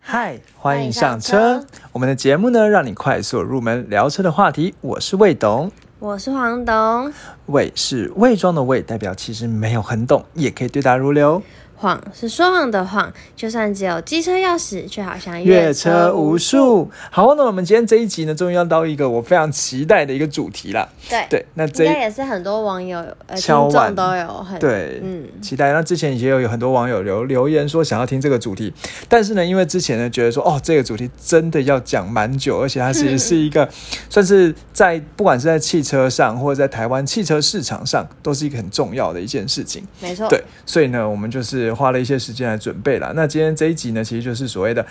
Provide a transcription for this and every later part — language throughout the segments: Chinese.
嗨，欢迎上车。我们的节目呢，让你快速入门聊车的话题。我是魏董， 我是黄董。 魏是伪装的魏，代表其实没有很懂，也可以对答如流。 谎是说谎的谎，就算只有机车钥匙，却好像阅车无数。好，那我们今天这一集呢，终于要到一个我非常期待的一个主题啦。 对， 那应该也是很多网友听众都有很期待。那之前也有很多网友留言说想要听这个主题，但是呢，因为之前呢觉得说这个主题真的要讲蛮久，而且它其实是一个算是在不管是在汽车上或者在台湾汽车市场上都是一个很重要的一件事情。 没错， 对，所以呢，我们就是花了一些时间来准备啦。那今天这一集呢，其实就是所谓的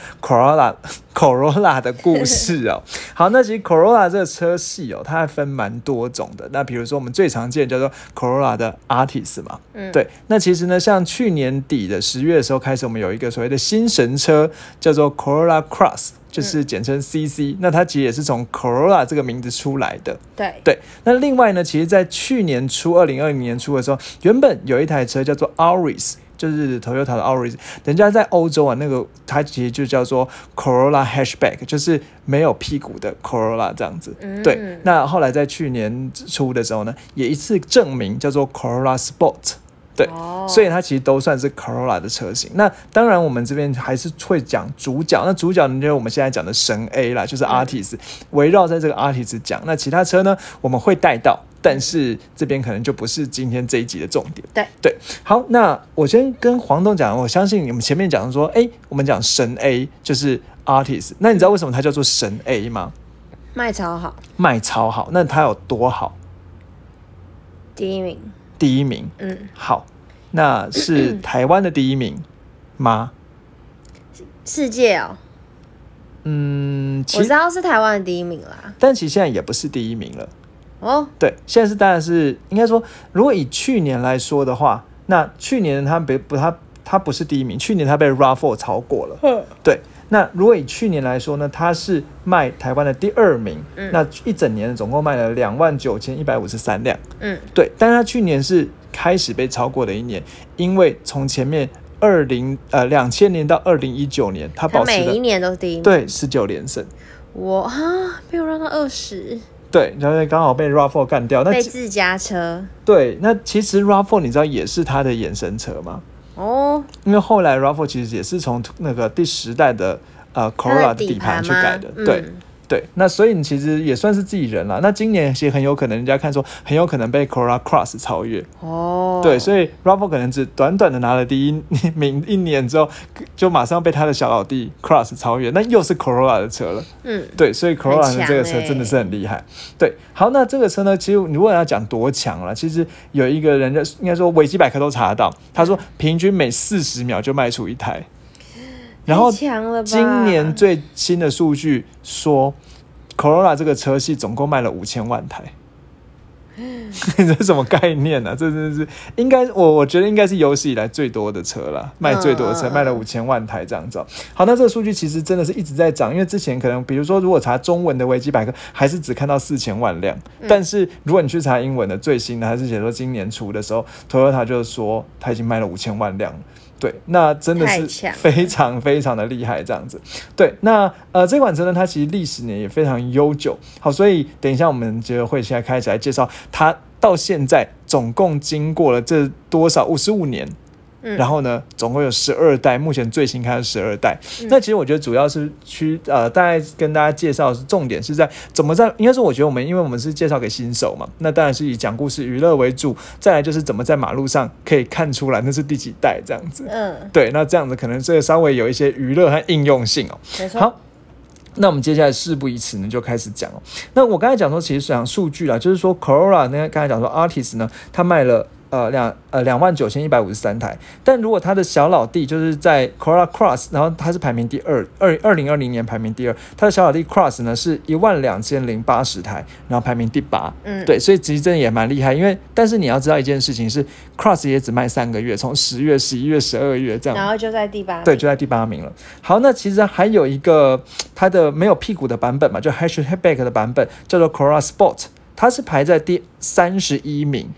Corolla 的故事哦。好，那其实 Corolla 这个车系哦，它还分蛮多种的。那比如说我们最常见叫做 Corolla 的 Altis 嘛，对。那其实呢，像去年底的10月的时候开始，我们有一个所谓的新神车叫做 Corolla Cross。就是简称 CC，那它其实也是从 Corolla 这个名字出来的。对。那另外呢，其实在去年初2020年初的时候，原本有一台车叫做 Auris， 就是 Toyota 的 Auris， 人家在欧洲啊，那个它其实就叫做 Corolla Hatchback， 就是没有屁股的 Corolla 这样子。对。那后来在去年初的时候呢，也一次证明叫做 Corolla Sport。对，所以它其实都算是 Corolla 的车型。那当然我们这边还是会讲主角，那主角呢就是我们现在讲的神 A 啦，就是 Altis， 围绕在这个 Altis 讲。那其他车呢我们会带到，但是这边可能就不是今天这一集的重点。对，好，那我先跟黄董讲，我相信你们前面讲说我们讲神 A 就是 Altis， 那你知道为什么它叫做神 A 吗？ 卖超好。 那它有多好？ 第一名。 好，那是台湾的第一名吗？ 世界哦。我知道是台湾的第一名啦， 但其实现在也不是第一名了。对，现在当然是应该说，如果以去年来说的话，那去年他不是第一名，去年他被 RAV4 超过了。对。那如果以去年来说呢，它是卖台湾的第2名，那一整年总共卖了29,153辆。对，但是它去年是开始被超过的一年，因为从前面2000年到2019年，它保持了每一年都是第一名， 对，19连胜。 被我让到20。 对，然后刚好被 RAV4 干掉， 被自家车。 对，那其实 RAV4 你知道也是它的衍生车吗？因为后来 RAV4 其实也是从那个第10代的Corolla 的底盘去改的。对，那所以你其实也算是自己人啦。那今年其实很有可能人家看说很有可能被 Corolla Cross 超越。对，所以 RAV4 可能只短短的拿了第一名1年之后，就马上被他的小老弟 Cross 超越，那又是 Corolla 的车了。对，所以 Corolla 的这个车真的是很厉害。对，好，那这个车呢，其实你如果要讲多强了，其实有一个人应该说维基百科都查得到，他说平均每40秒就卖出一台。然后今年最新的数据说 Corolla 这个车系总共卖了5000万台。这是什么概念呢？这真的是应该我觉得应该是有史以来最多的车了，卖最多的车，卖了5000万台这样子。好，那这个数据其实真的是一直在涨，因为之前可能比如说如果查中文的维基百科还是只看到4000万辆，但是如果你去查英文的最新的，还是写说今年初的时候 Toyota 就说他已经卖了5000万辆了。对，那真的是非常非常的厉害这样子。对，那这款车呢，它其实历史呢也非常悠久。好，所以等一下我们就会现在开始来介绍它到现在总共经过了这多少55年。然后呢，总共有12代，目前最新开的12代。那其实我觉得主要是大概跟大家介绍的重点是在怎么在，应该说我觉得因为我们是介绍给新手嘛，那当然是以讲故事娱乐为主，再来就是怎么在马路上可以看出来那是第几代这样子。对，那这样子可能这个稍微有一些娱乐和应用性哦。 没错。 好，那我们接下来事不宜迟呢，就开始讲哦。那我刚才讲说，其实讲数据啦，就是说 Corolla 呢，刚才讲说 Altis 呢，它卖了29,153台，但如果他的小老弟就是在 Corolla Cross， 然后他是排名第2，2020年排名第2，他的小老弟 Cross 呢是12080台，然后排名第8。对，所以其实真的也蛮厉害，但是你要知道一件事情是 Cross 也只卖3个月，从10月、11月、12月这样， 然后就在第8名。 对，就在第8名了。好，那其实还有一个它的没有屁股的版本嘛，就 Hatchback 的版本叫做 Corolla Sport， 它是排在第31名。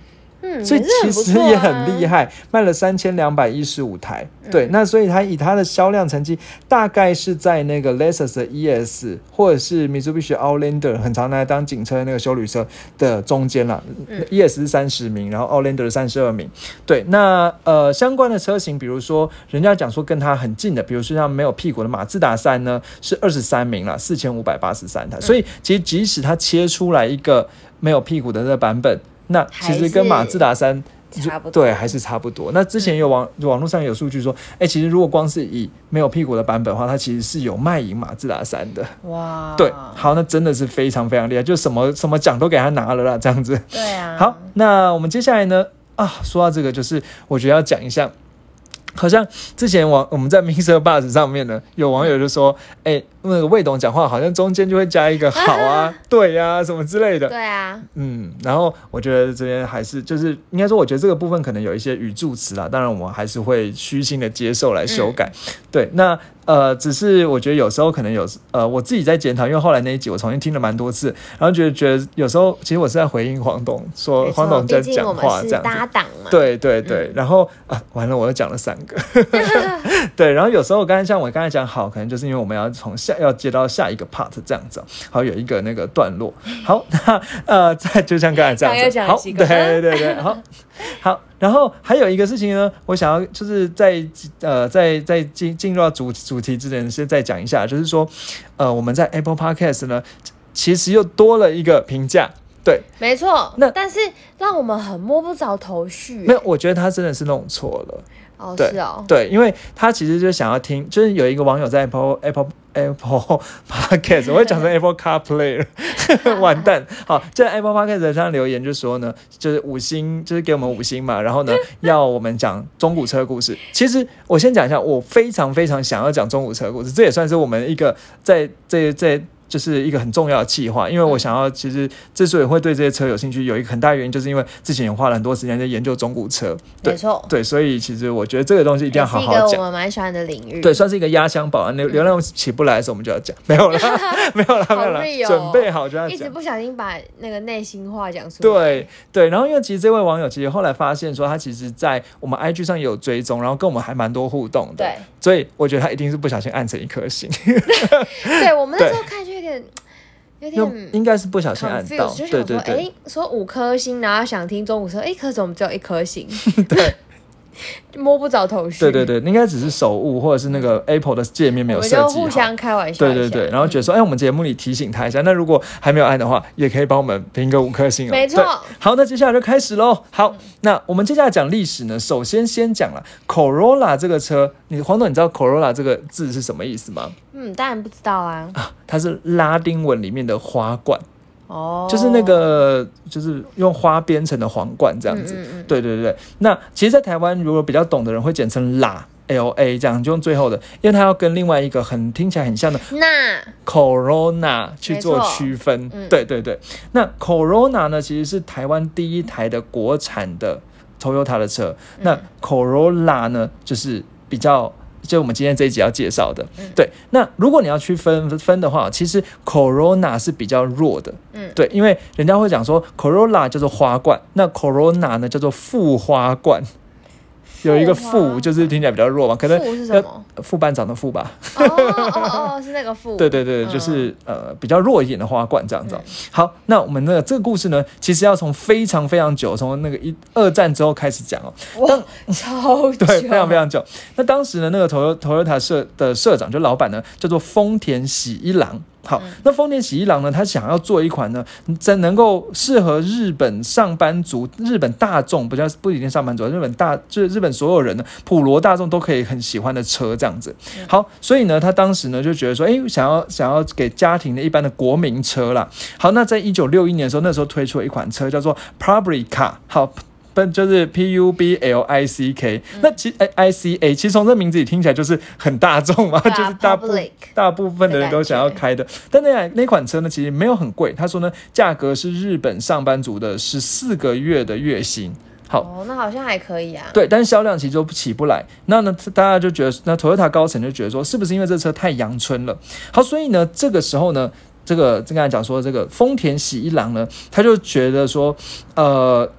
所以其实也很厉害，卖了3215台。对，那所以它以它的销量成绩，大概是在那个 Lexus 的 ES 或者是 Mitsubishi Outlander 很常拿来当警车的那个休旅车的中间啦。ES 是30名，然后 Outlander 是32名。对，那相关的车型，比如说人家讲说跟它很近的，比如说像没有屁股的马自达3呢，是23名啦，4583台。所以其实即使它切出来一个没有屁股的这个版本，那其实跟马自达3 差不多， 对，还是差不多。那之前有网络上有数据说，其实如果光是以没有屁股的版本的话，它其实是有卖赢马自达3的。 哇， 对，好，那真的是非常非常厉害，就什么奖都给他拿了啦，这样子。 对啊。 好，那我们接下来呢，说到这个，就是我觉得要讲一下。好像之前我们在 Mr. Buzz 上面呢，有网友就说，那个魏董讲话好像中间就会加一个好啊、对啊什么之类的。 对啊， 然后我觉得这边还是就是应该说，我觉得这个部分可能有一些语助词啦，当然我们还是会虚心的接受来修改。对，那只是我觉得有时候可能我自己在检讨，因为后来那一集我重新听了蛮多次，然后觉得有时候其实我是在回应黄董，说黄董在讲话这样子， 搭档嘛。 对对对，然后完了我又讲了3个，对，然后有时候像我刚才讲好，可能就是因为我们要接到下一个 part 这样子，好有一个那个段落。好，那再就像刚才这样子，好，对对对，好。然后还有一个事情呢，我想要就是在进入到主题之前，先再讲一下，就是说，我们在 Apple Podcast 呢，其实又多了一个评价。对， 没错。但是让我们很摸不着头绪。 没有，我觉得他真的是弄错了。 对，是哦， 对，因为他其实就想要听，就是有一个网友在 Apple Podcast， 我会讲成 Apple CarPlay 了，完蛋。好，在 Apple Podcast 上留言就说呢，就是5星，就是给我们5星嘛，然后呢，要我们讲中古车故事。其实我先讲一下，我非常非常想要讲中古车故事，这也算是我们一个在就是一个很重要的企划，因为我想要，其实之所以会对这些车有兴趣，有一个很大的原因，就是因为之前也花了很多时间在研究中古车。 没错， 对，所以其实我觉得这个东西一定要好好讲， 是一个我们蛮喜欢的领域。 对，算是一个压箱宝，流量起不来的时候我们就要讲，没有啦，准备好就要讲， 一直不小心把那个内心话讲出来。对，然后因为其实这位网友其实后来发现说，他其实在我们 IG 上也有追踪，然后跟我们还蛮多互动的，对，所以我觉得他一定是不小心按成1颗星。 对，我们那时候看就有点应该是不小心按到， 就想说，说5颗星，然后想听中古车，可是我们只有1颗星， 对， 摸不着头绪。 对对对，应该只是手误，或者是那个 Apple 的界面没有设计好， 我们就互相开玩笑。 对对对，然后觉得说，我们节目里提醒他一下，那如果还没有按的话，也可以帮我们评个5颗星哦。 没错。 好，那接下来就开始咯。好，那我们接下来讲历史呢，首先讲了 Corolla 这个车，黄董，你知道 Corolla 这个字是什么意思吗？ 当然不知道啊。 它是拉丁文里面的花冠。就是那个，就是用花编成的皇冠这样子。对对对。那其实，在台湾如果比较懂的人会简称 LA 这样，就用最后的，因为它要跟另外一个听起来很像的 Corona 去做区分。对对对。那 Corona 呢，其实是台湾第一台的国产的 Toyota 的车。那 Corolla 呢，就是比较。就我们今天这一集要介绍的。对，那如果你要去分的话，其实 Corona 是比较弱的。对，因为人家会讲说 Corolla 叫做花冠，那 Corona 呢叫做副花冠。有一个副就是听起来比较弱嘛，可能副是什么？ 副班长的副吧。 是那个副。 对对对，就是比较弱一点的花冠这样子。好，那我们这个故事呢，其实要从非常非常久，从那个2战之后开始讲哦。 哇，超久。 对，非常非常久。那当时呢，那个 Toyota 的社长就老板呢，叫做丰田喜一郎。好，那丰田喜一郎呢，他想要做一款呢，真能够适合日本上班族、日本大众，不一定上班族，就是日本所有人呢，普罗大众都可以很喜欢的车这样子。好，所以呢，他当时呢就觉得说，想要给家庭的一般的国民车啦。好，那在1961年的时候，那时候推出了一款车叫做 Publica。好。就是 Public，那ICA 其实从这名字里听起来就是很大众嘛，就是大部分的人都想要开的。但那款车呢，其实没有很贵。他说呢，价格是日本上班族的14个月的月薪。好， 那好像还可以啊。 对，但是销量其实都起不来。那呢，大家就觉得，那 Toyota 高层就觉得说，是不是因为这车太阳春了？好，所以呢，这个时候呢，刚才讲说这个丰田喜一郎呢，他就觉得说，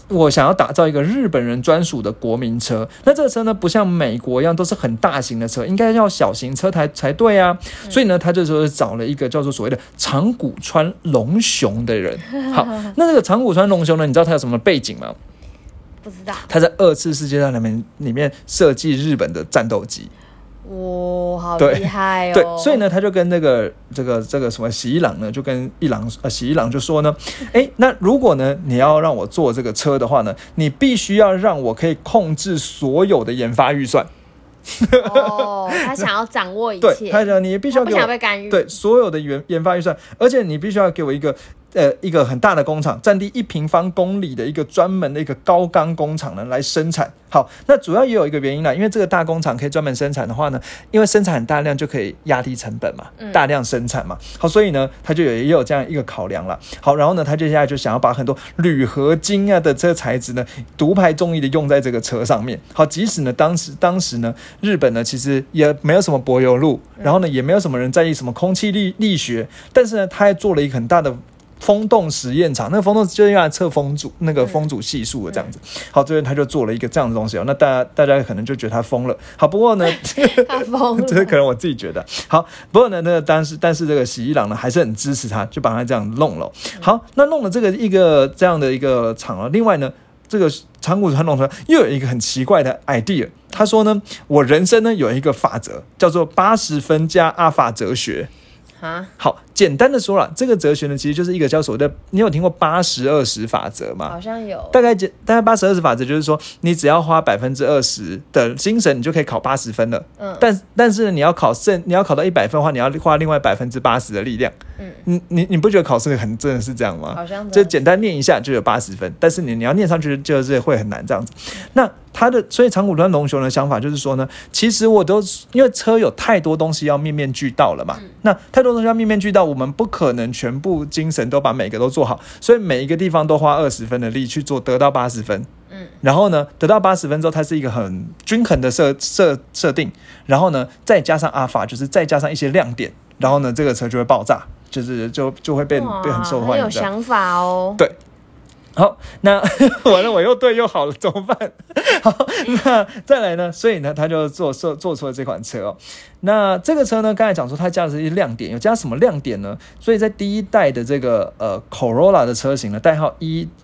我想要打造一个日本人专属的国民车，那这个车呢不像美国一样都是很大型的车，应该要小型车才对啊。所以呢他这时候找了一个叫做所谓的长谷川隆雄的人。好，那这个长谷川隆雄呢，你知道他有什么背景吗？ 不知道。他在2次世界大战里面设计日本的战斗机。 哇，好厉害哦！ 对，所以呢，他就跟这个什么喜一郎呢，就跟喜一郎就说呢，那如果呢你要让我做这个车的话呢，你必须要让我可以控制所有的研发预算。 他想要掌握一切， 对，他想你必须要给我， 不想被干预， 对所有的研发预算，而且你必须要给我一个很大的工厂，占地1平方公里的一个专门的一个高钢工厂呢来生产。好，那主要也有一个原因啦，因为这个大工厂可以专门生产的话呢，因为生产很大量就可以压低成本嘛，大量生产嘛。好，所以呢，他就也有这样一个考量啦。好，然后呢，他接下来就想要把很多铝合金啊的这个材质呢，独排众议的用在这个车上面。好，即使呢当时呢，日本呢其实也没有什么柏油路，然后呢也没有什么人在意什么空气力学，但是呢，他还做了一个很大的风洞实验场，那个风洞就是用来测风阻系数的这样子。好，这边他就做了一个这样的东西那大家可能就觉得他疯了。好，不过呢， 他疯了， 这是可能我自己觉得。好，不过呢，但是这个喜一郎呢还是很支持他，就把他这样弄了。好，那弄了这样的一个厂另外呢，这个长谷川隆雄又有一个很奇怪的 idea， 他说呢，我人生呢有一个法则，叫做80分加阿法哲学。好，简单的说了，这个哲学呢，其实就是一个叫所谓的，你有听过80-20法则吗？ 好像有。 大概80-20法则就是说，你只要花20%的精神，你就可以考80分了。但是你要考到100分的话，你要花另外80%的力量。你不觉得考试真的是这样吗？ 好像就简单念一下就有80分，但是你要念上去就是会很难这样子。那所以长谷川隆雄的想法就是说呢，其实因为车有太多东西要面面俱到了嘛，那太多东西要面面俱到，我们不可能全部精神都把每个都做好，所以每一个地方都花20分的力去做，得到80分。然后呢，得到80分之后，它是一个很均衡的设定，然后呢，再加上阿法，就是再加上一些亮点，然后呢，这个车就会爆炸，就会被很受欢迎。很有想法哦。 对。好，那完了，我又对又好了，怎么办？好，那再来呢？所以呢，他就做出了这款车那这个车呢，刚才讲说它加了一些亮点，有加什么亮点呢？所以在第一代的这个Corolla 的车型呢，代号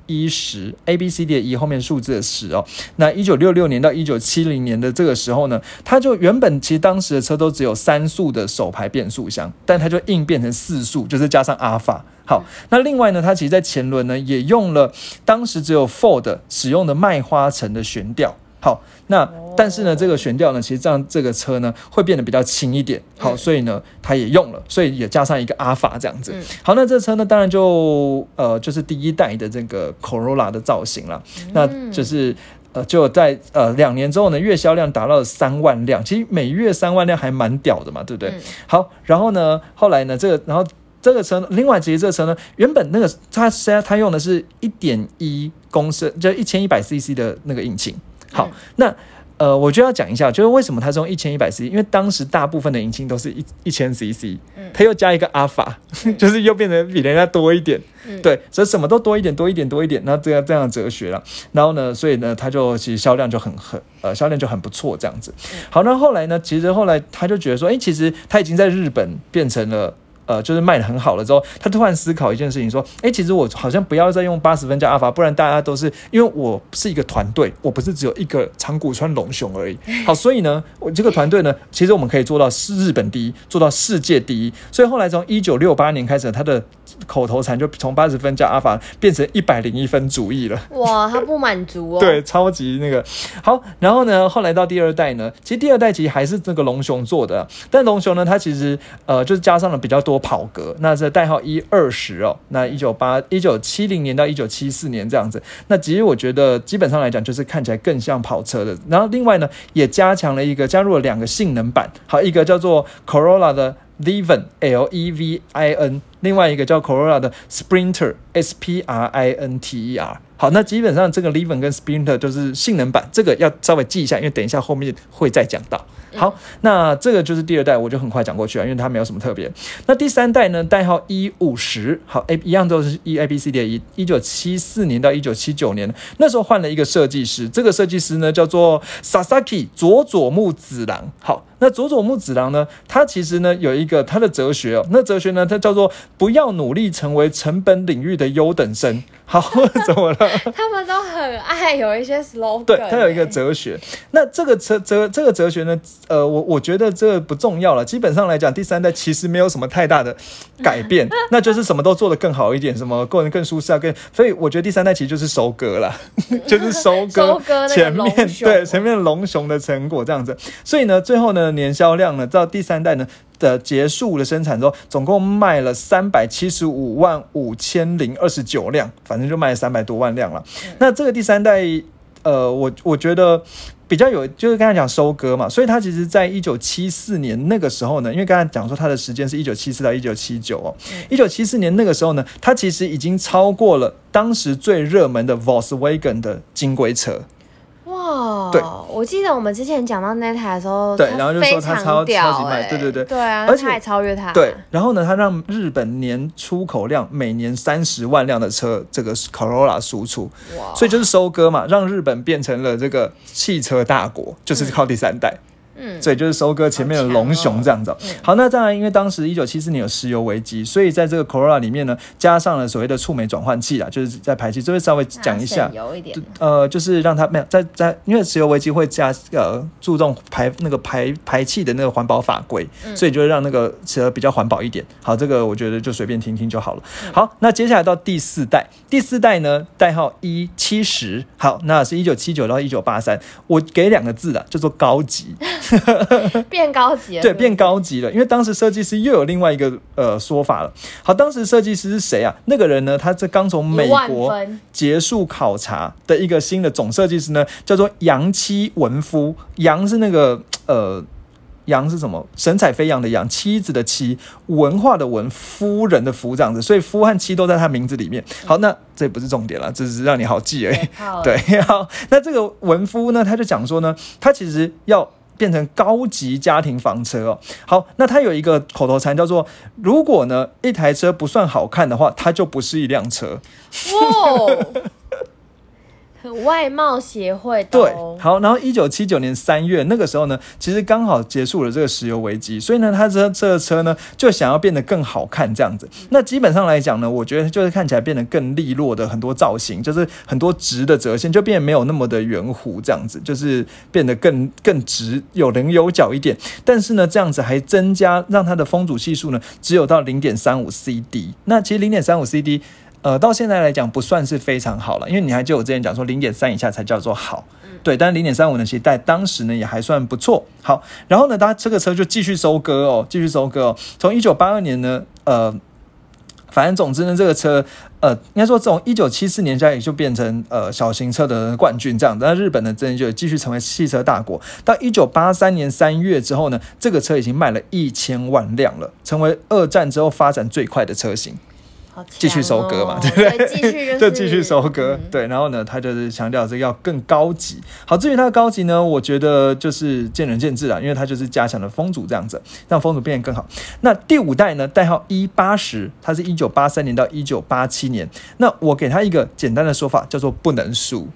110 ABCD 的1后面数字的10那1966年到1970年的这个时候呢，它就原本其实当时的车都只有3速的手排变速箱，但它就硬变成4速，就是加上 Alpha。好，那另外呢，它其实在前轮呢也用了当时只有 Ford 使用的麦花臣的悬吊。好，那但是呢，这个悬吊呢，其实这个车呢会变得比较轻一点。好，所以呢，它也用了，所以也加上一个阿法这样子。好，那这车呢，当然就是第一代的这个 Corolla 的造型了。那就是就在2年之后呢，月销量达到了3万辆，其实每月3万辆还蛮屌的嘛，对不对？好，然后呢，后来呢，这个车，另外其实这个车呢，原本那个它用的是 1.1 公升，就1100cc 的那个引擎。好，那我就要讲一下，就是为什么它是用1100cc，因为当时大部分的引擎都是1000cc，它又加一个阿法，就是又变成比人家多一点。对，所以什么都多一点，那这样的哲学了。然后呢，所以呢，它就其实销量就很不错这样子。好，那后来呢，其实后来他就觉得说，其实他已经在日本变成了。就是卖得很好了之后，他突然思考一件事情，说：其实我好像不要再用80分加阿法，不然大家都是因为我是一个团队，我不是只有一个长谷川隆雄而已。好，所以呢，我这个团队呢，其实我们可以做到日本第一，做到世界第一。所以后来从1968年开始，他的口头禅就从80分加阿法变成101分主义了。 哇，他不满足哦。 对，超级那个好。然后呢，后来到第2代呢，其实第2代其实还是这个隆雄做的，但隆雄呢，它其实就是加上了比较多跑格，那这代号120那1970年到1974年这样子。那其实我觉得基本上来讲，就是看起来更像跑车的。然后另外呢，也加入了2个性能版，好，一个叫做 Corolla 的Levin Levin，另外一个叫 Corolla 的 Sprinter Sprinter。好， 好，那基本上这个 Leven 跟 Sprinter 就是性能版，这个要稍微记一下，因为等一下后面会再讲到。好，那这个就是第2代，我就很快讲过去了，因为它没有什么特别。那第3代呢，代号 E50， 好，一样都是 EABCD 的1974年到1979年，那时候换了一个设计师，这个设计师呢叫做 Sasaki 佐木子郎。好，那佐木子郎呢，他其实呢有一个他的哲学那哲学呢，它叫做不要努力成为成本领域的优等生。好，怎么了？ 他们都很爱有一些 slogan， 对，他有一个哲学。那这个哲学呢，我觉得这个不重要了。基本上来讲，第3代其实没有什么太大的改变，那就是什么都做得更好一点，什么过得更舒适啊，所以我觉得第3代其实就是收割啦，就是收割前面龙熊的成果这样子。所以呢，最后呢，年销量呢，到第3代呢的结束的生产之后，总共卖了3755029辆，反正就卖了300多万辆了。那这个第3代，我觉得比较有，就是刚才讲收割嘛，所以它其实在1974年那个时候呢，因为刚才讲说它的时间是1974到1979 1974年那个时候呢，它其实已经超过了当时最热门的 Volkswagen 的金龟车。 哇，对，我记得我们之前讲到那台的时候， 对，然后就说它超级卖， 对啊， 而且它还超越它， 对，然后呢，它让日本年出口量每年30万辆的车，这个 Corolla 输出，所以就是收割嘛，让日本变成了这个汽车大国，就是靠第3代。所以就是收割前面的龙熊这样子。好，那当然因为当时1974年有石油危机，所以在这个 Corolla 里面呢，加上了所谓的触媒转换器啦，就是在排气，这会稍微讲一下，就是让它没有在因为石油危机会注重排气的那个环保法规，所以就会让那个车比较环保一点。好，这个我觉得就随便听听就好了。好，那接下来到第4代呢，代号 E70， 好，那是1979到1983，我给2个字啦，叫做高级。 变高级了， 对，变高级了，因为当时设计师又有另外一个说法了。好，当时设计师是谁啊？那个人呢，他这刚从美国结束考察的一个新的总设计师呢，叫做杨妻文夫。杨是那个杨是什么？神采飞扬的杨，妻子的妻，文化的文，夫人的夫这样子，所以夫和妻都在他名字里面。好，那这不是重点了，这只是让你好记而已。对，好，那这个文夫呢，他就讲说呢，他其实要变成高级家庭房车好，那他有一个口头禅叫做，如果呢一台车不算好看的话，它就不是一辆车。哇， 很外貌协会的对，好，然后1979年3月那个时候呢，其实刚好结束了这个石油危机，所以呢，他这个车呢就想要变得更好看这样子。那基本上来讲呢，我觉得就是看起来变得更利落的很多造型，就是很多直的折线，就变得没有那么的圆弧这样子，就是变得更直，有棱有角一点。但是呢，这样子还增加让它的风阻系数呢只有到 0.35 CD。那其实 0.35 CD。到现在来讲不算是非常好了，因为你还记得我之前讲说 0.3 以下才叫做好，对，但是 0.35 呢，其实在当时呢也还算不错。好，然后呢，它这个车就继续收割从1982年呢，反正总之呢，这个车应该说从1974年下也就变成小型车的冠军这样子。那日本呢，真的就继续成为汽车大国。到1983年3月之后呢，这个车已经卖了1000万辆了，成为2战之后发展最快的车型。继续收割嘛，对不对？就继续收割，对。然后呢，他就是强调这要更高级。好，至于它的高级呢，我觉得就是见仁见智啦，因为它就是加强了风阻这样子，让风阻变得更好。那第5代呢，代号 E80， 它是1983年到1987年。那我给它一个简单的说法，叫做不能输。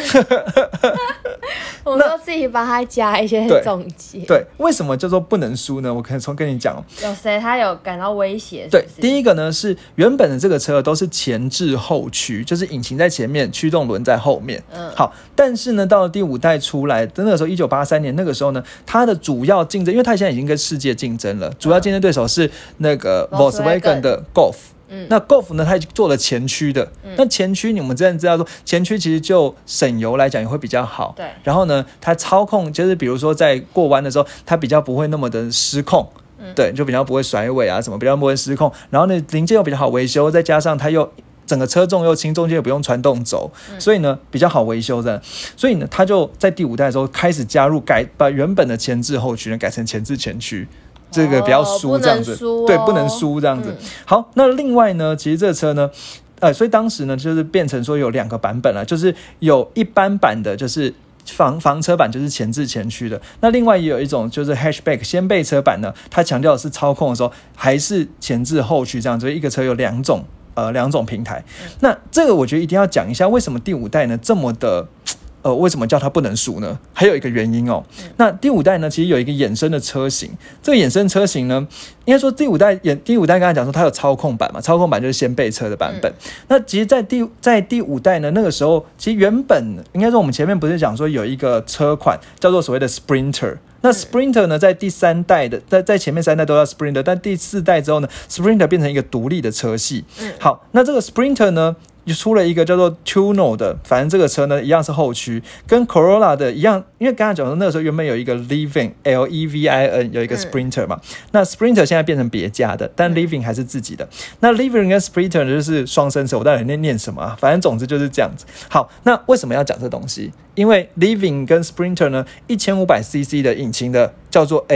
我都自己帮他加一些总结。 对，为什么叫做不能输呢？我可以跟你讲有谁他有感到威胁是不是？对，第一个呢是原本的这个车都是前置后驱，就是引擎在前面，驱动轮在后面。好，但是呢，到了第5代出来，那个时候1983年那个时候呢，它的主要竞争，因为它现在已经跟世界竞争了，主要竞争对手是那个 Volkswagen 的 Golf。那 Golf 呢，它已经做了前驱的。那前驱你们之前知道说，前驱其实就省油来讲也会比较好。 对。 然后呢，它操控就是比如说在过弯的时候，它比较不会那么的失控。对，就比较不会甩尾啊什么，比较不会失控。然后呢，零件又比较好维修，再加上它又整个车重又轻，中间又不用传动轴，所以呢比较好维修的。所以呢，它就在第5代的时候开始加入把原本的前置后驱呢改成前置前驱。这个不要输这样子，对，不能输这样子。好，那另外呢，其实这个车呢， 所以当时呢就是变成说有2个版本了，就是有一般版的就是房车版，就是前置前驱的，那另外也有一种就是 hatchback 掀背车版呢，它强调的是操控的时候还是前置后驱这样，所以一个车有2种平台。那这个我觉得一定要讲一下，为什么第5代呢这么的为什么叫它不能输呢？还有一个原因哦。那第5代呢，其实有一个衍生的车型，这个衍生车型呢，应该说第五代刚才讲说它有操控版嘛，操控版就是掀背车的版本。那其实在第5代呢，那个时候其实原本应该说我们前面不是讲说有一个车款叫做所谓的 Sprinter。那 Sprinter 呢，在第3代的在前面3代都叫 Sprinter， 但第4代之后呢 ，Sprinter 变成一个独立的车系。好，那这个 Sprinter 呢，就出了一个叫做 Tuono 的，反正这个车呢一样是后驱，跟 Corolla 的一样，因为刚才讲说那个时候原本有一个 Levin L-E-V-I-N 有一个 Sprinter 嘛，那 Sprinter 现在变成别家的，但 Levin 还是自己的。那 Levin 跟 Sprinter 就是双生词，我到底念什么啊？反正总之就是这样子。好，那为什么要讲这东西？因为 Levin 跟 Sprinter 呢，1500cc 的引擎的叫做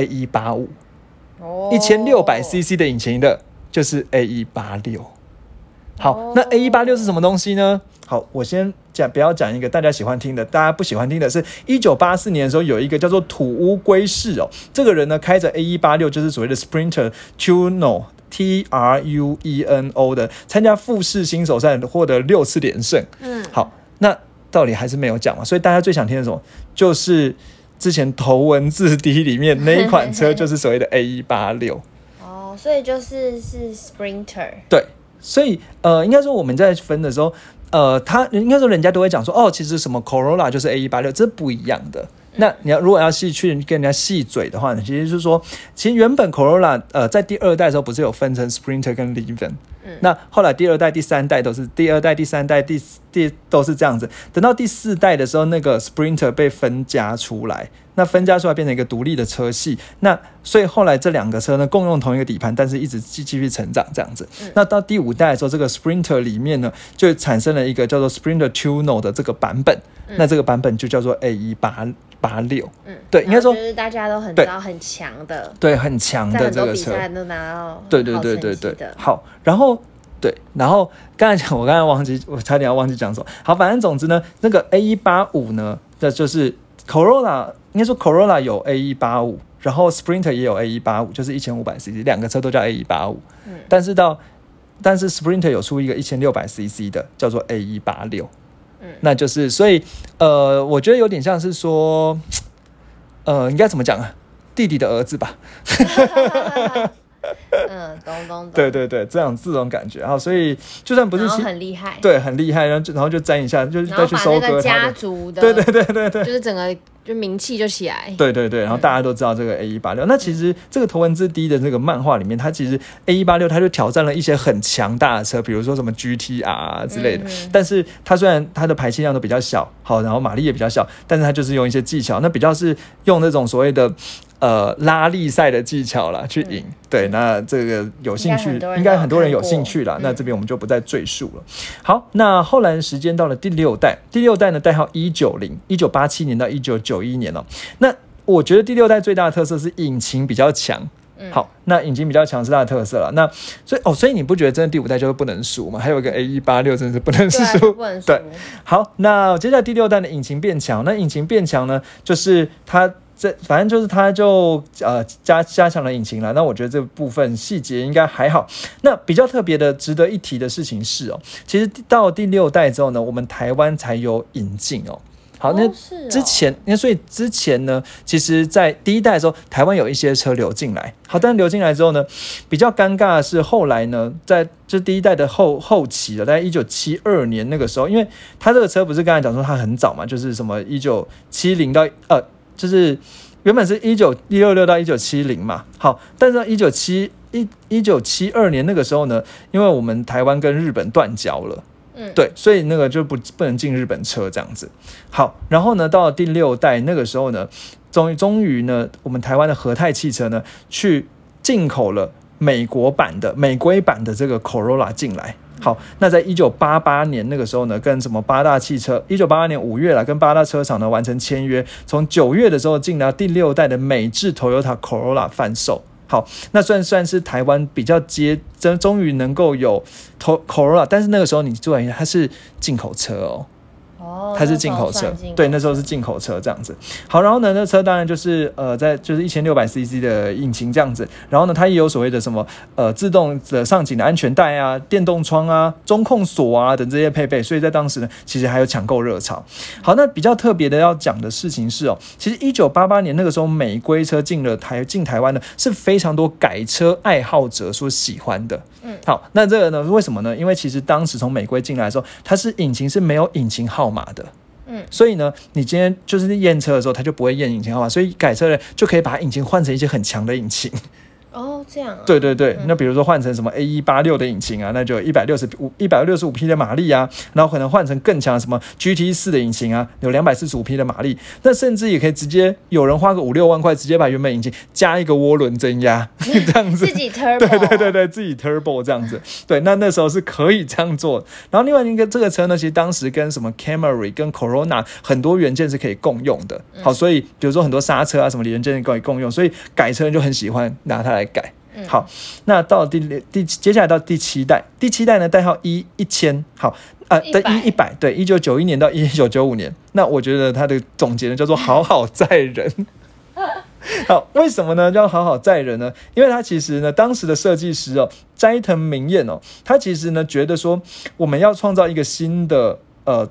A185，1600cc 的引擎的就是 A186。好，那 A186 是什么东西呢？好，我先不要讲一个大家喜欢听的，大家不喜欢听的是1984年的时候有一个叫做土屋圭市哦，这个人呢开着 A186 就是所谓的 Sprinter Tuono Trueno 的，参加富士新手赛获得6次连胜。好，那道理还是没有讲嘛，所以大家最想听的什么？就是之前头文字 D 里面那一款车就是所谓的 A186。 哦，所以就是Sprinter。 对。所以应该说我们在分的时候，他应该说人家都会讲说，哦，其实什么 Corolla 就是 A186， 这是不一样的。那你如果要去跟人家细嘴的话呢，其实就是说，其实原本 Corolla 在第2代的时候不是有分成 Sprinter 跟 Levin，那后来第2代、第3代都是第2代、第3代、都是这样子。等到第4代的时候，那个 Sprinter 被分家出来，那分家出来变成一个独立的车系。那所以后来这2个车呢共用同一个底盘，但是一直继续成长这样子。那到第5代的时候，这个 Sprinter 里面呢就产生了一个叫做 Sprinter Tuono 的这个版本。那这个版本就叫做 A186。对，应该说就是大家都很知道很强的， 对，很强的这个车， 在很多比赛都拿到对。好，然后刚才讲，我差点要忘记讲什么。好，反正总之呢，那个 A185 呢，这就是 Corolla， 应该说 Corolla 有 A185， 然后 Sprinter 也有 A185， 就是 1500cc， 2个车都叫 A185。但是 Sprinter 有出一个 1600cc 的，叫做 A186。那就是所以我觉得有点像是说应该怎么讲啊，弟弟的儿子吧。 懂。 对，这种感觉。然后所以就算不是很厉害， 对，很厉害，然后就沾一下，就再去收割他的家族的， 对， 就是整个就名气就起来。 对，然后大家都知道这个 A186。那其实这个头文字 D 的这个漫画里面，它其实 A186 它就挑战了一些很强大的车，比如说什么 GTR 之类的。但是它虽然它的排气量都比较小，好，然后马力也比较小，但是它就是用一些技巧，那比较是用那种所谓的拉力赛的技巧啦去赢。对，那这个有兴趣应该很多人有兴趣啦。那这边我们就不再赘述了。好，那后来时间到了第6代呢代号190，1987年到1991年了。那我觉得第6代最大的特色是引擎比较强。好，那引擎比较强是它的特色了。那所以你不觉得真的第5代就是不能输吗？还有一个 A186 真的是不能输。对，好，那接下来第6代的引擎变强。那引擎变强呢，就是它反正就是它就加强了引擎了。那我觉得这部分细节应该还好。那比较特别的值得一提的事情是其实到第6代之后呢，我们台湾才有引进好，那之前所以之前呢，其实在第1代的时候，台湾有一些车流进来。好，但流进来之后呢，比较尴尬的是后来呢，在这第1代的后期了，大概1972年那个时候，因为它这个车不是刚才讲说它很早嘛，就是什么1970到就是原本是196到1970嘛。好，但是1972年那个时候呢，因为我们台湾跟日本断交了。对，所以那个就不能进日本车这样子。好，然后呢，到了第6代那个时候呢，终于呢，我们台湾的和泰汽车呢，去进口了美规版的这个 Corolla 进来。好，那在1988年那个时候呢，跟什么八大汽车，1988年5月啦，跟八大车厂呢完成签约，从9月的时候进到第6代的美制 Toyota Corolla 贩售。 好，那算是台湾比较终于能够有 Corolla， 但是那个时候你注意一下，它是进口车哦。它是进口车，对，那时候是进口车这样子。好，然后呢，那车当然就是就是1600cc 的引擎这样子。然后呢，它也有所谓的什么自动的上紧的安全带啊、电动窗啊、中控锁啊等这些配备，所以在当时呢，其实还有抢购热潮。好，那比较特别的要讲的事情是其实1988年那个时候美规车进台湾呢，是非常多改车爱好者所喜欢的。好，那这个呢，为什么呢？因为其实当时从美规进来的时候，它是引擎是没有引擎号码的。所以呢，你今天就是验车的时候，它就不会验引擎号码，所以改车人就可以把引擎换成一些很强的引擎。 这样对对对，那比如说换成什么 A186 的引擎啊，那就165匹的马力啊，然后可能换成更强的什么 GT4 的引擎啊，有245匹的马力，那甚至也可以直接有人花个5-6万块，直接把原本引擎加一个涡轮增压，这样子自己 turbo， 对，自己 turbo 这样子，对，那时候是可以这样做。然后另外一个这个车呢，其实当时跟什么 Camry 跟 Corona 很多元件是可以共用的，好，所以比如说很多刹车啊什么元件可以共用，所以改车人就很喜欢拿它来改。好，那到接下来到第7代，第7代呢代号1000，好100，对，1991年到1995年，那我觉得它的总结呢叫做好好载人。好，为什么呢叫好好载人呢？因为他其实呢当时的设计师斋藤明彦他其实呢觉得说我们要创造一个新的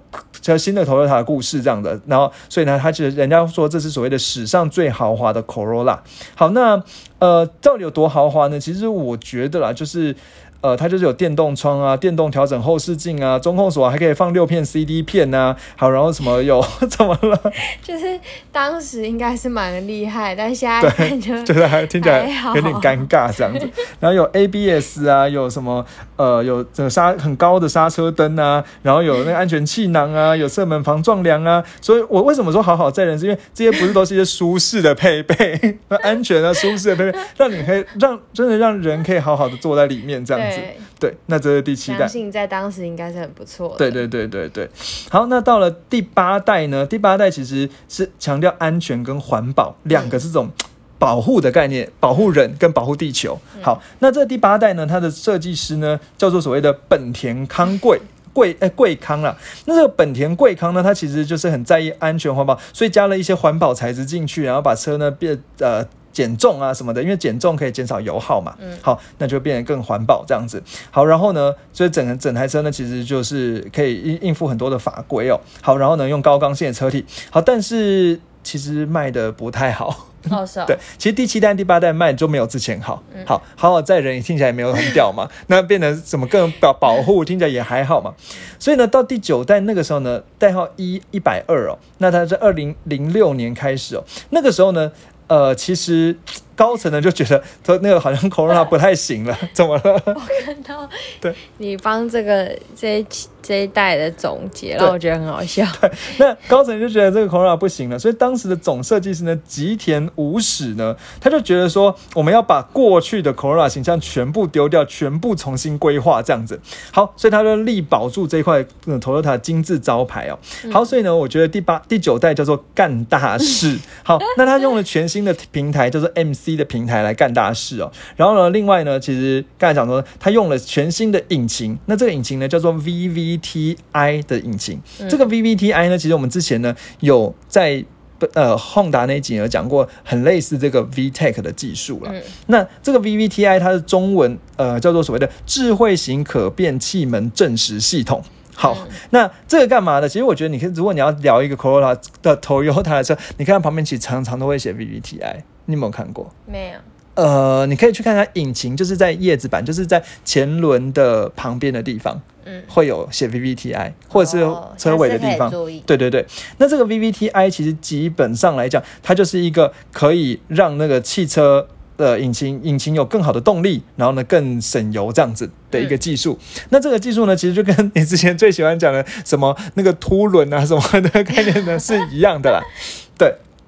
Toyota 的故事这样的，然后所以呢，他觉得人家说这是所谓的史上最豪华的 Corolla。好，那到底有多豪华呢？其实我觉得啦，就是它就是有电动窗啊、电动调整后视镜啊、中控锁还可以放6片 CD 片啊，好，然后什么有怎么了？ 就是当时应该是蛮厉害，但现在看就是还听起来有点尴尬这样子。然后有 ABS 啊，有什么有很高的刹车灯啊，然后有那个安全气囊啊，有侧门防撞梁啊。所以我为什么说好好载人，是因为这些不是都是一些舒适的配备，安全啊、舒适的配备，让你可以真的让人可以好好的坐在里面这样子。对，那这是第7代， 相信在当时应该是很不错的。 对。好，那到了第8代呢？第8代其实是强调安全跟环保两个这种保护的概念，保护人跟保护地球。好，那这第8代呢，它的设计师呢叫做所谓的本田康贵康啦。那这个本田贵康呢，它其实就是很在意安全环保，所以加了一些环保材质进去，然后把车呢减重啊什么的，因为减重可以减少油耗嘛。好，那就变得更环保这样子。好，然后呢，所以整台车呢，其实就是可以应付很多的法规好，然后呢，用高刚性的车体。好，但是其实卖的不太好。对，其实第7代、第8代卖就没有之前好。好好载人，听起来也没有很屌嘛。那变成什么更保护，听起来也还好嘛。所以呢，到第9代那个时候呢，代号120那它是2006年开始那个时候呢。其实高层呢就觉得说那个好像 Corona 不太行了，怎么了？ 我看到对你帮这一代的总结，让我觉得很好笑。 对，那高层就觉得这个 Corona 不行了，所以当时的总设计师呢吉田武史呢，他就觉得说我们要把过去的 Corona 形象全部丢掉，全部重新规划这样子。好，所以他就力保住这块Toyota 金字招牌好，所以呢，我觉得第9代叫做干大事。好，那他用了全新的平台叫做 MC 的平台来干大事然后呢，另外呢，其实刚才讲说他用了全新的引擎，那这个引擎呢叫做 VVTi 的引擎。这个 VVTi 呢，其实我们之前呢有在Honda 那一集有讲过，很类似这个 VTEC 的技术了。那这个 VVTi 它的中文叫做所谓的智慧型可变气门正时系统。好，那这个干嘛呢？其实我觉得如果你要聊一个 Corolla 的 Toyota 的车，你看旁边其实常常都会写 VVTi， 你有没有看过？ 没有。 你可以去看看引擎，就是在叶子板，就是在前轮的旁边的地方，会有写 VVTi， 或者是车尾的地方。对。那这个 VVTi 其实基本上来讲，它就是一个可以让那个汽车的引擎有更好的动力，然后呢更省油这样子的一个技术。那这个技术呢，其实就跟你之前最喜欢讲的什么那个凸轮啊什么的概念呢是一样的啦。对。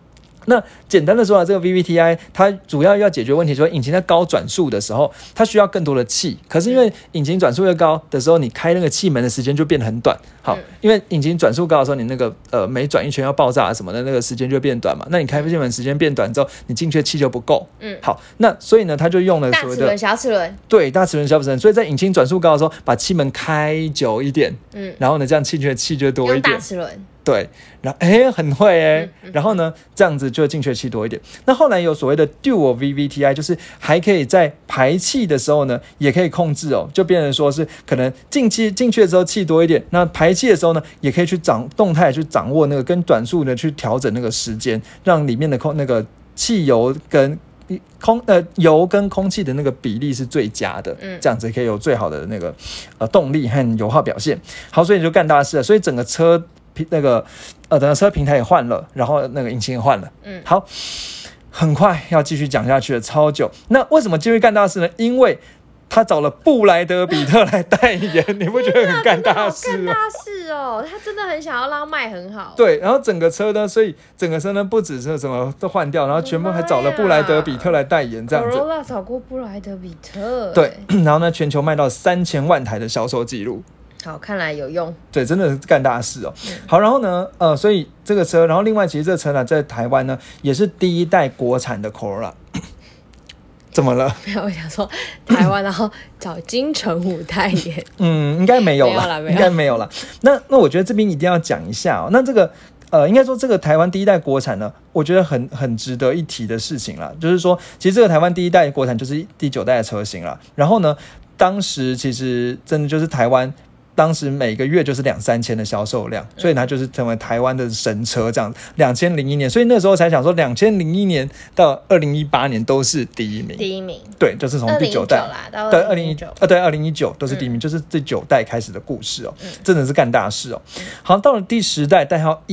那简单的说这个 VVTi 它主要要解决问题，说引擎在高转速的时候，它需要更多的气，可是因为引擎转速越高的时候，你开那个气门的时间就变得很短。好，因为引擎转速高的时候，你那个每转一圈要爆炸什么的，那个时间就变短嘛。那你开气门时间变短之后，你进去的气就不够。好，那所以呢，它就用了所谓的大齿轮、小齿轮， 对，大齿轮、小齿轮。所以在引擎转速高的时候，把气门开久一点，然后呢，这样进去的气就多一点。 用大齿轮。 对，然后很会然后呢，这样子就进去的气多一点。那后来有所谓的 Dual VVTi， 就是还可以在排气的时候呢，也可以控制就变成说是可能进去的时候气多一点，那排气的时候呢，也可以去动态去掌握那个跟转速呢去调整那个时间，让里面的那个汽油跟油跟空气的那个比例是最佳的，这样子可以有最好的那个动力和油耗表现。好，所以就干大事了。所以整个车整个车平台也换了，然后那个引擎也换了。好，很快要继续讲下去了，超久。那为什么继续干大事呢？因为他找了布莱德比特来代言，你不觉得很干大事吗？ 干大事他真的很想要让卖很好。 对，然后整个车呢，所以整个车呢不只是什么都换掉，然后全部还找了布莱德比特来代言，这样子。 Corolla 找过布莱德比特。 对，然后呢，全球卖到3000万台的销售记录。 好，看来有用。 对，真的是干大事好，然后呢，所以这个车，然后另外其实这个车呢，在台湾呢也是第一代国产的 Corolla。怎么了？ 没有，我想说台湾，然后找金城武代言。 应该没有啦，应该没有啦。那我觉得这边一定要讲一下那这个应该说这个台湾第一代国产呢，我觉得很值得一提的事情啦，就是说，其实这个台湾第一代国产就是第9代的车型啦。然后呢，当时其实真的就是台湾。当时每个月就是2-3千的销售量，所以它就是成为台湾的神车这样。2001年，所以那时候才想说，2001年到2018年都是第一名。对，就是从第9代对 2019都是第一名，就是第9代开始的故事真的是干大事好，到了第10代，代号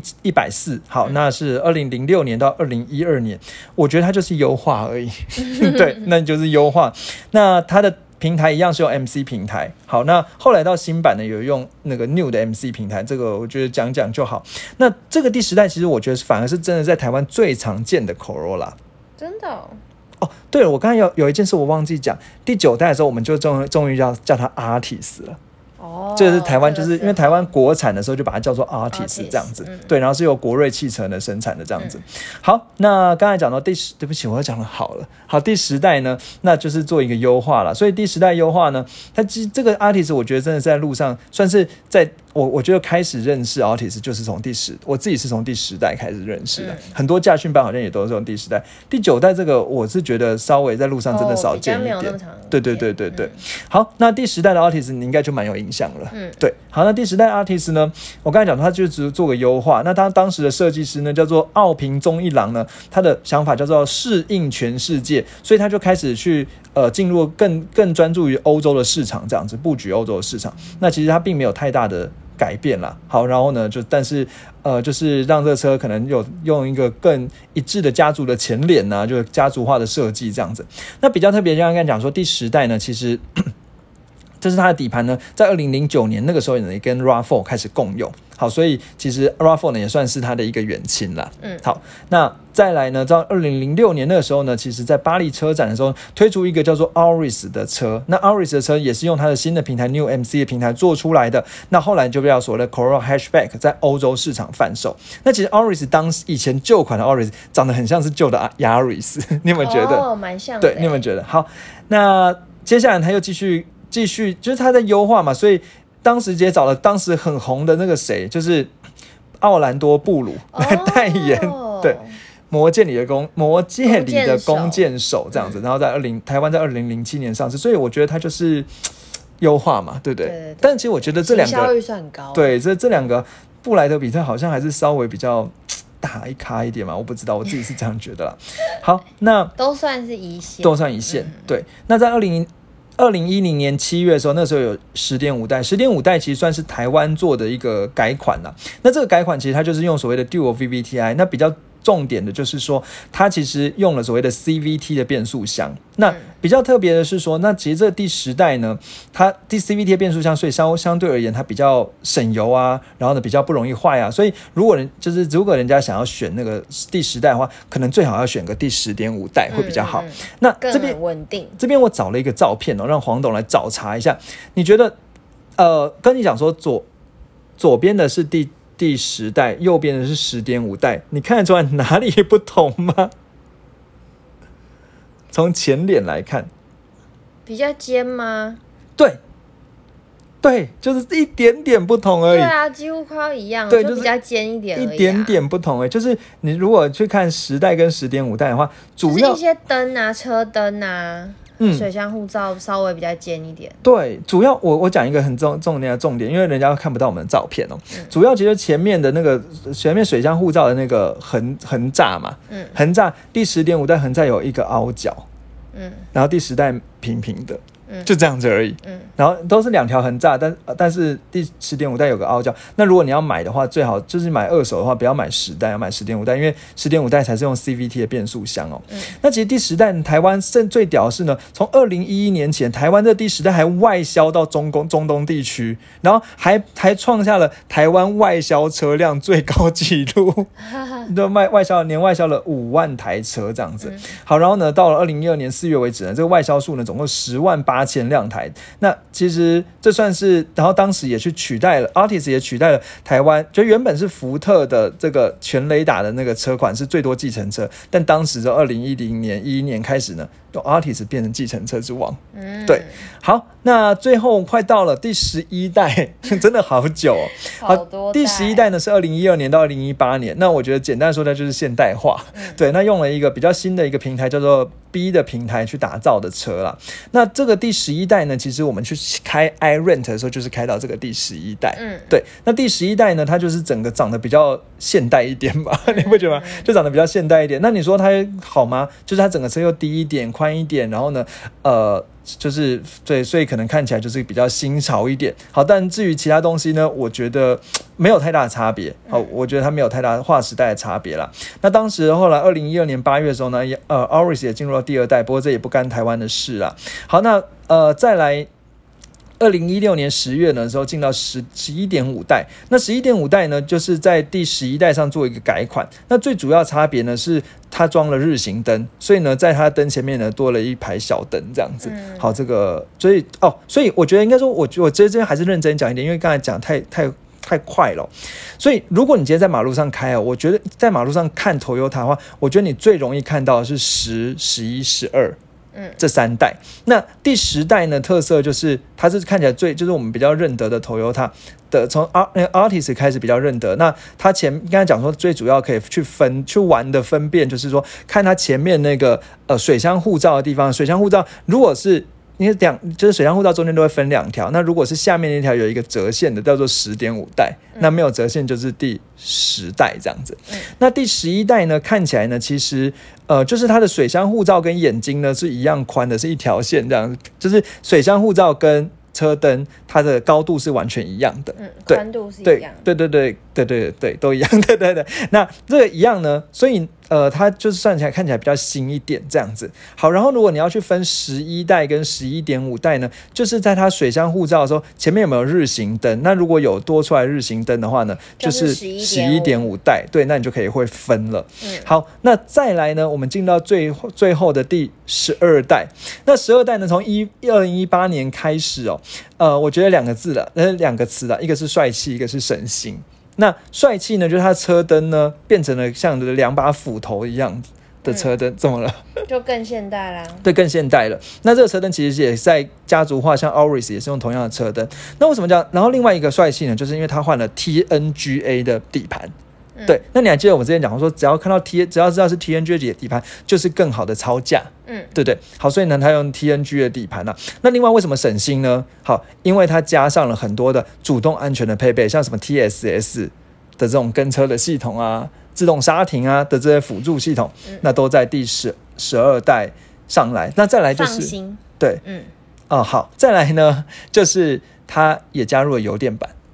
140，好，那是2006年到2012年，我觉得它就是优化而已。对，那就是优化。那它的平台一样是用 MC 平台。好，那后来到新版呢，有用那个 New 的 MC 平台，这个我觉得讲就好。那这个第10代其实我觉得反而是真的在台湾最常见的 Corolla。 真的对了，我刚才有一件事我忘记讲，第9代的时候我们就终于叫它 Artis 了。这个是台湾，就是因为台湾国产的时候就把它叫做 Artis 这样子，对，然后是由国瑞汽车的生产的这样子。好，那刚才讲到对不起，我又讲了好了。好，第10代呢，那就是做一个优化了。所以第10代优化呢，它这个 Artis 我觉得真的是在路上算是在我觉得开始认识 Artis 就是从我自己是从第10代开始认识的，很多驾训班好像也都是从第10代。第9代这个我是觉得稍微在路上真的少见一点，对。好，那第10代的 Artis 你应该就蛮有印象了，对。好，那第10代 Artis 呢，我刚才讲他就只是做个优化，那他当时的设计师呢叫做奥平宗一郎呢，他的想法叫做适应全世界，所以他就开始去进入更专注于欧洲的市场，这样子布局欧洲的市场。那其实他并没有太大的改变啦。好，然后呢，但是就是让这个车可能有用一个更一致的家族的前脸啊，就是家族化的设计这样子。那比较特别，刚刚讲说第10代呢，其实这是它的底盘呢，在2009年那个时候也跟 RAV4 开始共用。好，所以其实 RAV4 呢也算是它的一个远亲啦。好，那再来呢，到2006年那个时候呢，其实在巴黎车展的时候推出一个叫做 Auris 的车。那 Auris 的车也是用它的新的平台 New MC 的平台做出来的。那后来就被所谓的 Corolla Hatchback 在欧洲市场贩售。那其实 Auris 以前旧款的 Auris 长得很像是旧的 Yaris， 你有没有觉得？ 蛮像的。 对，你有没有觉得？好，那接下来他又继续，就是他在优化嘛，所以当时也找了当时很红的那个谁，就是奥兰多布鲁来代言，对，魔戒里的弓箭手这样子，然后台湾在2007年上市，所以我觉得他就是优化嘛，对不对？对。但其实我觉得这两个行销预算很高， 对，这两个布莱德比特好像还是稍微比较大一咖一点嘛，我不知道，我自己是这样觉得啦。好，那都算是一线， 对。那在2010年7月的时候，那时候有10.5代，10.5代其实算是台湾做的一个改款啦。那这个改款其实它就是用所谓的 Dual VVTi， 那比较重点的就是说，它其实用了所谓的 CVT 的变速箱。那比较特别的是说，那其实这第10代呢，它第 CVT 的变速箱，所以相对而言它比较省油啊，然后呢比较不容易坏啊。所以如果人家想要选那个第10代的话，可能最好要选个第10.5代会比较好。那这边更稳定。这边我找了一个照片让黄董来找查一下。你觉得跟你讲说左边的是第10代，右边的是10.5代，你看得出来哪里不同吗？从前脸来看， 比较尖吗？ 对，就是一点点不同而已。 对啊，几乎快要一样， 对， 就比较尖一点而已， 一点点不同而已。就是你如果去看10代跟10.5代的话，主要就是一些灯啊、车灯啊。水箱护罩稍微比较尖一点。对， 主要我讲一个很重点的重点，因为人家看不到我们的照片哦。主要其实前面的那个水箱护罩的那个横栅嘛，横栅第10.5代横栅有一个凹角，然后第10代平平的。就这样子而已，然后都是2条横栅，但是第10.5代有个凹角。那如果你要买的话，最好就是买二手的话，不要买10代，要买10.5代，因为10.5代才是用 CVT 的变速箱哦。那其实第10代台湾最屌的是呢，从2011年前，台湾这第10代还外销到中东地区，然后还创下了台湾外销车辆最高纪录，年外销了5万台车这样子。好，然后呢，到了2012年4月为止呢，这个外销数呢，总共10.8万辆台。那其实这算是，然后当时也去取代了 Altis， 也取代了台湾，就原本是福特的这个全雷达的那个车款是最多计程车，但当时在2011年开始呢，用 Altis 变成计程车之王。对，好，那最后快到了第11代，真的好久哦。 好多代。 第11代呢是2012年到2018年，那我觉得简单说它就是现代化。对，那用了一个比较新的一个平台叫做 B 的平台去打造的车啦。那这个第11代呢，其实我们去开 iRent 的时候就是开到这个第11代。对，那第11代呢，它就是整个长得比较现代一点吧，你不觉得吗？就长得比较现代一点。那你说它好吗？就是它整个车又低一点、宽一点，然后呢，就是对，所以可能看起来就是比较新潮一点。好，但至于其他东西呢，我觉得没有太大的差别。好，我觉得它没有太大的划时代的差别啦。那当时后来2012年8月的时候呢，Auris 也进入了第2代，不过这也不干台湾的事啦。好，那再来。2016年10月的时候进到11.5代，那11.5代呢，就是在第11代上做一个改款。那最主要差别呢是它装了日行灯，所以呢，在它的灯前面呢多了一排小灯这样子。好，这个所以我觉得应该说，我这边还是认真讲一点，因为刚才讲太快了。所以如果你今天在马路上开我觉得在马路上看 Toyota 的话，我觉得你最容易看到的是10、11、12。这3代。那第10代呢，特色就是它是看起来就是我们比较认得的 Toyota 的，从Altis 开始比较认得。那它刚才讲说最主要可以去玩的分辨，就是说看它前面那个水箱护罩的地方，水箱护罩如果是因为就是水箱护罩中间都会分2条，那如果是下面那条有一个折线的叫做10.5代，那没有折线就是第10代这样子。那第11代呢，看起来呢其实就是它的水箱护罩跟眼睛呢是一样宽的，是一条线这样，就是水箱护罩跟车灯它的高度是完全一样的， 宽度是一样的， 对，都一样，对。那这个一样呢，所以它就是算起来看起来比较新一点这样子。好，然后如果你要去分11代跟11.5代呢，就是在它水箱护罩的时候，前面有没有日行灯？那如果有多出来日行灯的话呢，就是11.5代，对，那你就可以会分了。好，那再来呢，我们进到最后的第12代。那12代呢，从2018年开始我觉得2个词啦，一个是帅气，一个是省心。那帅气呢，就是它车灯呢变成了像2把斧头一样的车灯，怎么了？ 就更现代啦。对， 更现代了。那这个车灯其实也在家族化，像 Auris 也是用同样的车灯。那为什么这样？然后另外一个帅气呢，就是因为它换了 TNGA 的底盘。对，那你还记得我们之前讲说，只要知道是 TNGA 的底盘，就是更好的操驾，对不对？好，所以呢，它用 TNGA 的底盘那另外为什么省心呢？好，因为它加上了很多的主动安全的配备，像什么 TSS 的这种跟车的系统啊，自动刹停啊的这些辅助系统，那都在第12代上来。那再来就是放心， 对，好，再来呢，就是它也加入了油电版。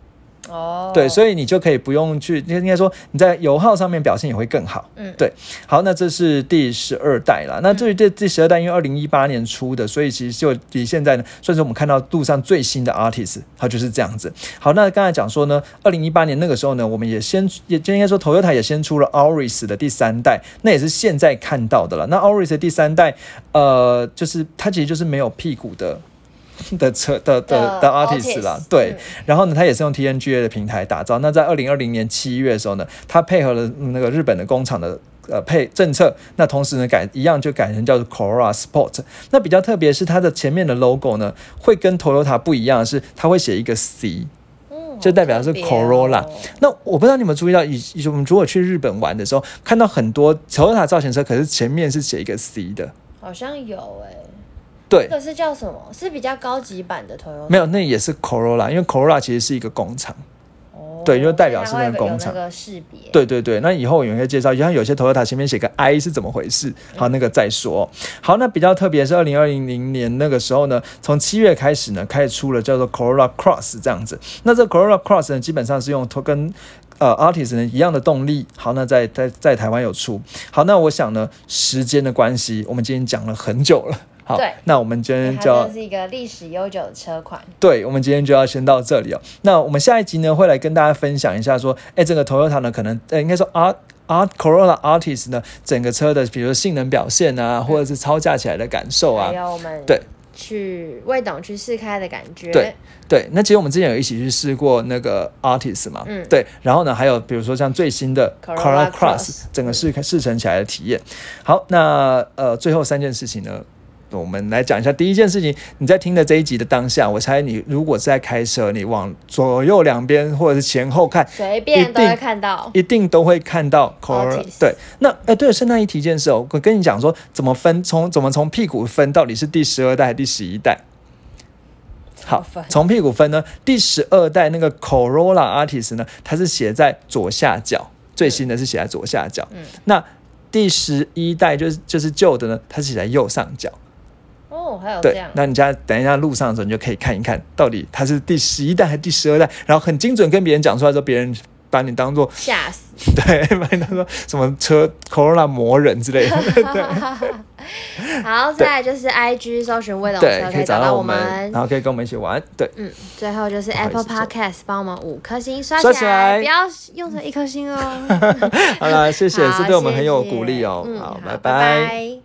对，所以你就可以不用去，应该说你在油耗上面表现也会更好。对，好，那这是第12代啦。那至于第12代，因为2018年出的，所以其实就离现在呢，算是我们看到路上最新的 Altis， 它就是这样子。好，那刚才讲说呢，2018年那个时候呢，我们也就应该说 Toyota 也先出了 Auris 的第3代，那也是现在看到的了。那 Auris 的第3代，就是它其实就是没有屁股的车的 Altis 啦，对，然后呢，它也是用 TNGA 的平台打造。那在2020年7月的时候呢，它配合了那个日本的工厂的政策，那同时呢一样就改成叫做 Corolla Sport。那比较特别是它的前面的 logo 呢，会跟 Toyota 不一样的是，它会写一个 C。就代表的是 Corolla。那我不知道你们注意到，我们如果去日本玩的时候，看到很多 Toyota 造型车，可是前面是写一个 C 的， 好像有对， 这个是叫什么？是比较高级版的 Toyota？ 没有，那也是 Corolla， 因为 Corolla 其实是一个工厂。对，就代表是那个工厂， 那个识别。 对，那以后有人会介绍，像有些 Toyota 前面写个 I 是怎么回事，好，那个再说。好，那比较特别是2020年那个时候呢，从7月开始呢，开始出了叫做 Corolla Cross 这样子。那这个 Corolla Cross 呢，基本上是用跟Altis 呢一样的动力。好，那在台湾有出。好，那我想呢，时间的关系，我们今天讲了很久了。好，那我们今天就要， 它真的是一个历史悠久的车款。 对，我们今天就要先到这里哦。那我们下一集呢，会来跟大家分享一下说，这个 Toyota 呢，可能应该说Corolla Altis 呢，整个车的比如说性能表现啊，或者是操驾起来的感受啊， 还有我们对去魏董去试开的感觉。 对，那其实我们之前有一起去试过那个 Altis 嘛，对，然后呢，还有比如说像最新的 Corolla Cross 整个试乘起来的体验。好，那最后3件事情呢，我们来讲一下。第一件事情，你在听的这一集的当下，我猜你如果是在开车，你往左右两边或者是前后看， 随便都会看到， 一定都会看到 Corolla。对，那对，顺带一提件事哦，我跟你讲说怎么从屁股分，到底是第12代还是第11代？好，从屁股分呢，第12代那个 Corolla Altis 呢，它是写在左下角，最新的是写在左下角。那第11代就是旧的呢，它是写在右上角。 还有这样。 那你等一下路上的时候，你就可以看一看，到底它是第11代还是第12代，然后很精准跟别人讲出来之后，别人把你当做吓死， 对，把你当做什么车 Corolla 魔人之类的。对。 好，再来就是 IG 搜寻魏董车可以找到我们， 然后可以跟我们一起玩。对， 最后就是 Apple Podcast 帮我们5颗星刷起来，不要用成1颗星哦。 好啦，谢谢，是对我们很有鼓励哦。好，拜拜。